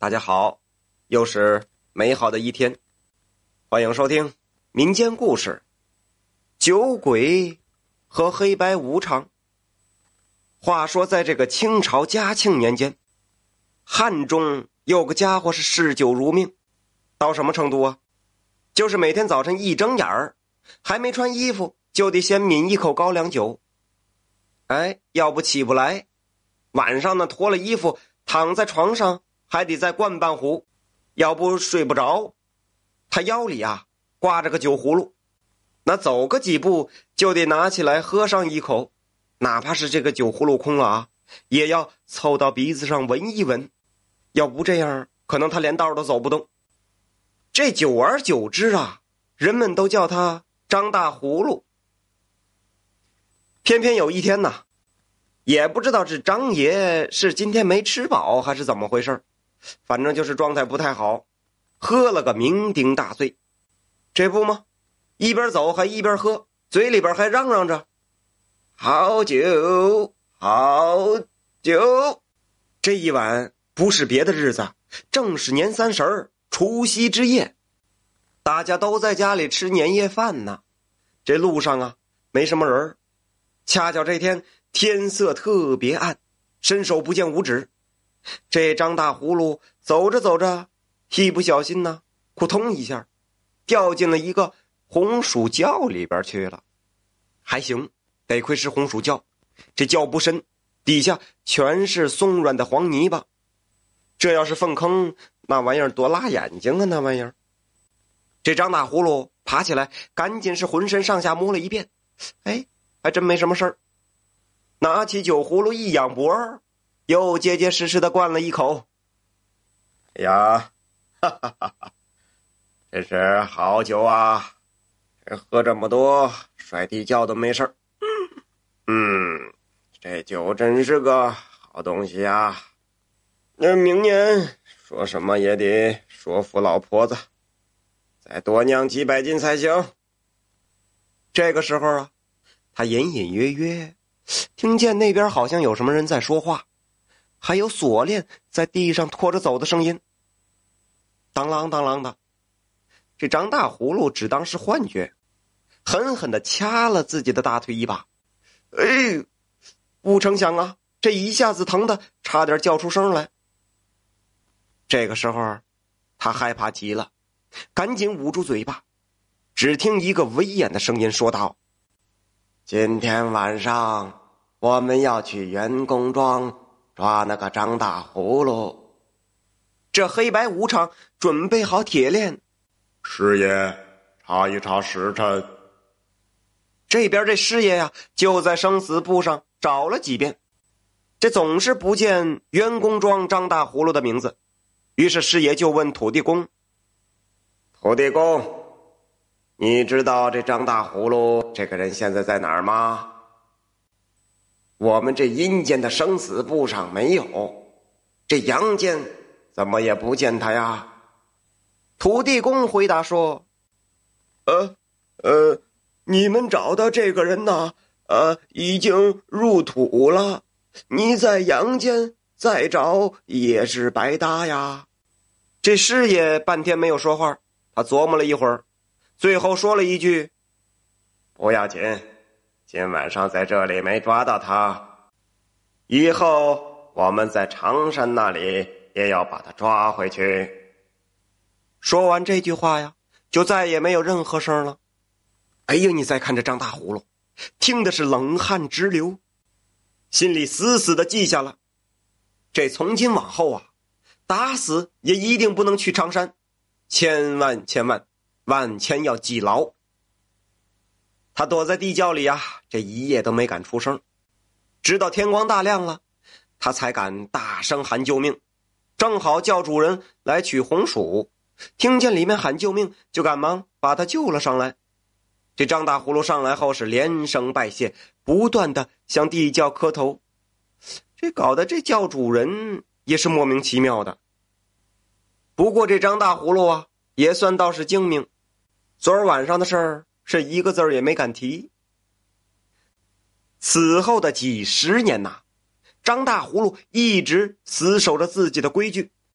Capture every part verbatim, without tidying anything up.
大家好，又是美好的一天，欢迎收听民间故事酒鬼和黑白无常。话说在这个清朝嘉庆年间，汉中有个家伙是嗜酒如命，到什么程度啊？就是每天早晨一睁眼儿，还没穿衣服就得先抿一口高粱酒，哎，要不起不来。晚上呢，脱了衣服躺在床上还得再灌半壶，要不睡不着。他腰里啊挂着个酒葫芦，那走个几步就得拿起来喝上一口，哪怕是这个酒葫芦空了啊，也要凑到鼻子上闻一闻，要不这样可能他连道都走不动。这久而久之啊，人们都叫他张大葫芦。偏偏有一天呢，也不知道这张爷是今天没吃饱还是怎么回事，反正就是状态不太好，喝了个酩酊大醉。这不吗？一边走还一边喝，嘴里边还嚷嚷着好酒好酒。这一晚不是别的日子，正是年三十儿除夕之夜，大家都在家里吃年夜饭呢。这路上啊没什么人，恰巧这天天色特别暗，伸手不见五指。这张大葫芦走着走着，一不小心呢，扑通一下掉进了一个红薯窖里边去了。还行，得亏是红薯窖，这窖不深，底下全是松软的黄泥巴。这要是粪坑，那玩意儿多辣眼睛啊，那玩意儿。这张大葫芦爬起来，赶紧是浑身上下摸了一遍，哎，还真没什么事儿。拿起酒葫芦一仰脖，又结结实实的灌了一口。哎呀，哈哈哈哈，这是好酒啊！这喝这么多，摔地窖都没事儿。嗯，这酒真是个好东西啊！那明年说什么也得说服老婆子，再多酿几百斤才行。这个时候啊，他隐隐约约听见那边好像有什么人在说话，还有锁链在地上拖着走的声音，当啷当啷的。这张大葫芦只当是幻觉，狠狠地掐了自己的大腿一把。哎，不成想啊，这一下子疼得差点叫出声来。这个时候他害怕极了，赶紧捂住嘴巴。只听一个威严的声音说道：今天晚上我们要去员工庄抓那个张大葫芦。这黑白无常准备好铁链， 师爷查一查时辰。 这边这师爷呀、啊，就在生死簿上找了几遍，这总是不见员工庄张大葫芦的名字。于是师爷就问土地公：土地公，你知道这张大葫芦这个人现在在哪儿吗？我们这阴间的生死簿上没有，这阳间怎么也不见他呀？土地公回答说：呃呃你们找到这个人呢，呃已经入土了，你在阳间再找也是白搭呀。这师爷半天没有说话，他琢磨了一会儿，最后说了一句：不要紧，今晚上在这里没抓到他，以后我们在常山那里也要把他抓回去。说完这句话呀，就再也没有任何声了。哎呀，你再看这张大葫芦，听的是冷汗直流，心里死死的记下了，这从今往后啊，打死也一定不能去常山，千万千万万千要记牢。他躲在地窖里啊，这一夜都没敢出声，直到天光大亮了，他才敢大声喊救命。正好叫主人来取红薯，听见里面喊救命，就赶忙把他救了上来。这张大葫芦上来后是连声拜谢，不断的向地窖磕头，这搞得这窖主人也是莫名其妙的。不过这张大葫芦啊，也算倒是精明，昨儿晚上的事儿是一个字儿也没敢提。此后的几十年呐、啊，张大葫芦一直死守着自己的规矩，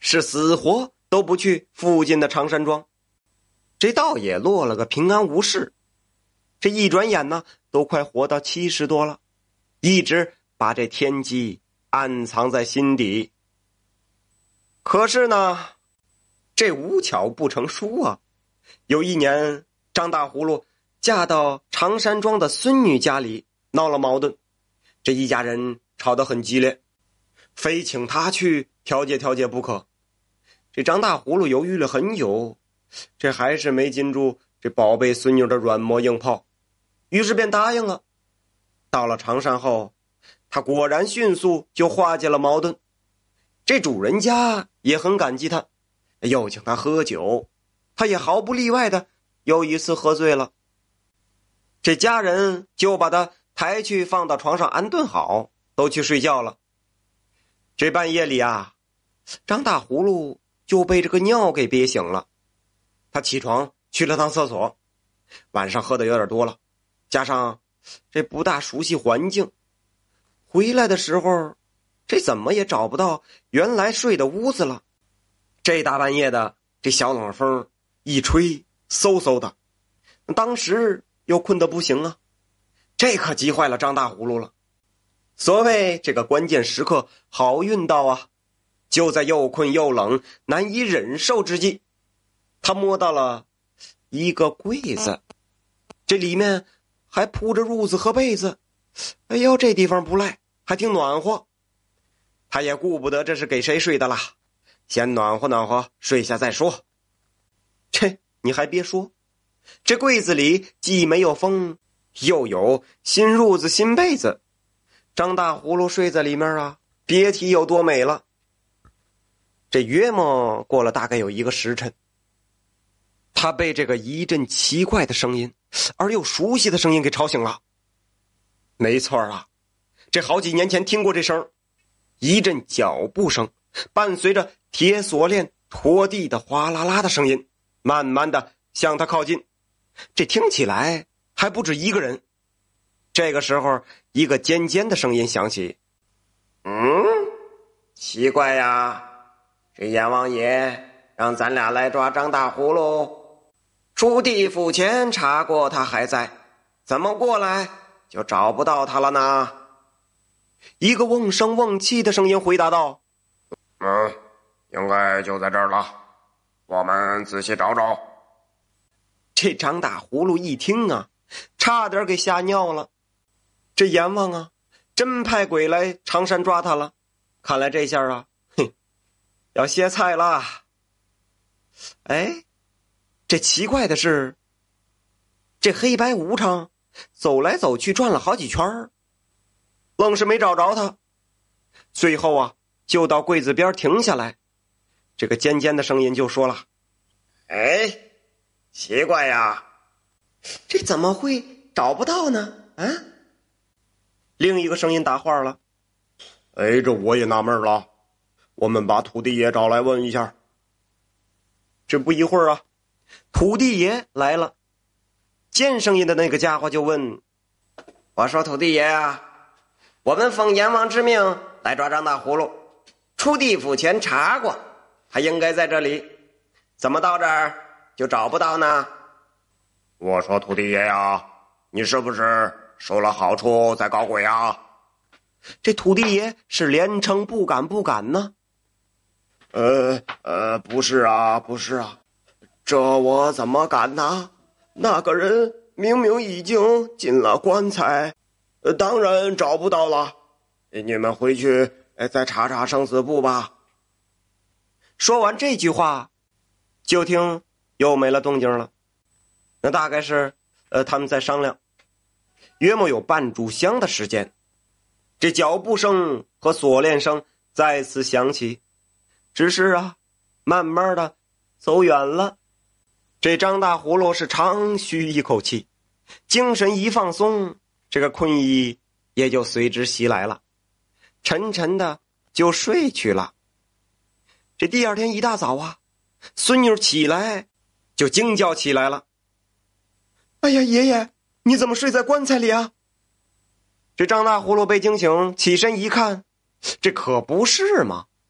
是死活都不去附近的常山庄。这倒也落了个平安无事。这一转眼呢，都快活到七十多了，一直把这天机暗藏在心底。可是呢，这无巧不成书啊。有一年，张大葫芦嫁到常山庄的孙女家里，闹了矛盾，这一家人吵得很激烈，非请他去调解调解不可。这张大葫芦犹豫了很久，这还是没禁住这宝贝孙女的软磨硬泡，于是便答应了。到了常山后，他果然迅速就化解了矛盾，这主人家也很感激他，又请他喝酒，他也毫不例外的又一次喝醉了。这家人就把他抬去放到床上安顿好，都去睡觉了。这半夜里啊，张大葫芦就被这个尿给憋醒了。他起床去了趟厕所，晚上喝的有点多了，加上这不大熟悉环境，回来的时候这怎么也找不到原来睡的屋子了。这大半夜的，这小冷风一吹，嗖嗖的，当时又困得不行啊，这可急坏了张大葫芦了。所谓这个关键时刻好运到啊，就在又困又冷难以忍受之际，他摸到了一个柜子，这里面还铺着褥子和被子，哎呦，这地方不赖，还挺暖和。他也顾不得这是给谁睡的啦，先暖和暖和，睡下再说。这你还别说，这柜子里既没有风，又有新褥子新被子，张大葫芦睡在里面啊，别提有多美了。这约莫过了大概有一个时辰，他被这个一阵奇怪的声音而又熟悉的声音给吵醒了。没错啊，这好几年前听过这声，一阵脚步声伴随着铁锁链拖地的哗啦啦的声音，慢慢的向他靠近。这听起来还不止一个人。这个时候，一个尖尖的声音响起：“嗯，奇怪呀，这阎王爷让咱俩来抓张大葫芦，出地府前查过他还在，怎么过来就找不到他了呢？”一个瓮声瓮气的声音回答道：“ 嗯，应该就在这儿了，我们仔细找找。” 这张大葫芦一听啊，差点给吓尿了。这阎王啊，真派鬼来常山抓他了。看来这下啊，哼，要歇菜了。哎，这奇怪的是，这黑白无常走来走去转了好几圈，愣是没找着他。最后啊，就到柜子边停下来。这个尖尖的声音就说了：“哎，奇怪呀，这怎么会找不到呢？啊？”另一个声音答话了：“ 哎，这我也纳闷了，我们把土地爷找来问一下。” 这不一会儿啊，土地爷来了。尖声音的那个家伙就问：“我说土地爷啊，我们奉阎王之命来抓张大葫芦，出地府前查过，他应该在这里，怎么到这儿就找不到呢？” 我说土地爷呀，你是不是收了好处在搞鬼啊？ 这土地爷是连称不敢不敢呢。 呃呃，不是啊，不是啊，这我怎么敢呢？那个人明明已经进了棺材，呃，当然找不到了。你们回去再查查生死簿吧。 说完这句话，就听又没了动静了。那大概是呃他们在商量。约莫有半炷香的时间，这脚步声和锁链声再次响起，只是啊，慢慢的走远了。这张大葫芦是长吁一口气，精神一放松，这个困意也就随之袭来了，沉沉的就睡去了。这第二天一大早啊，孙女起来就惊叫起来了：“哎呀，爷爷，你怎么睡在棺材里啊？”这张大葫芦被惊醒，起身一看，这可不是嘛，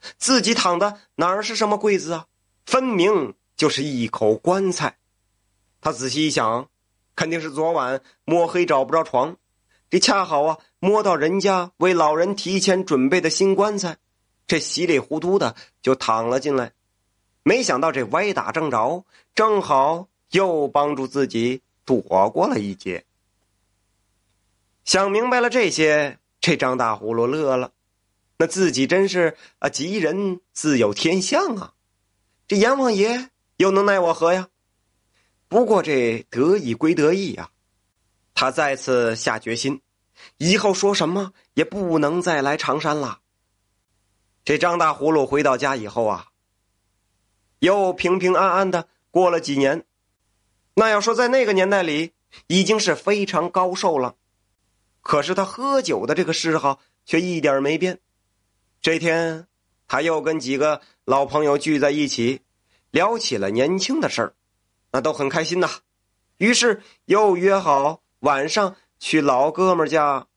自己躺的哪儿是什么柜子啊，分明就是一口棺材。他仔细一想，肯定是昨晚摸黑找不着床，这恰好啊摸到人家为老人提前准备的新棺材，这稀里糊涂的就躺了进来。没想到这歪打正着，正好又帮助自己躲过了一劫。想明白了这些，这张大葫芦乐了，那自己真是啊，吉人自有天相啊！这阎王爷又能奈我何呀？不过这得意归得意啊，他再次下决心，以后说什么也不能再来常山了。这张大葫芦回到家以后啊，又平平安安的过了几年。那要说在那个年代里，已经是非常高寿了。可是他喝酒的这个嗜好却一点没变。这天他又跟几个老朋友聚在一起，聊起了年轻的事儿，那都很开心呐。于是又约好晚上去老哥们家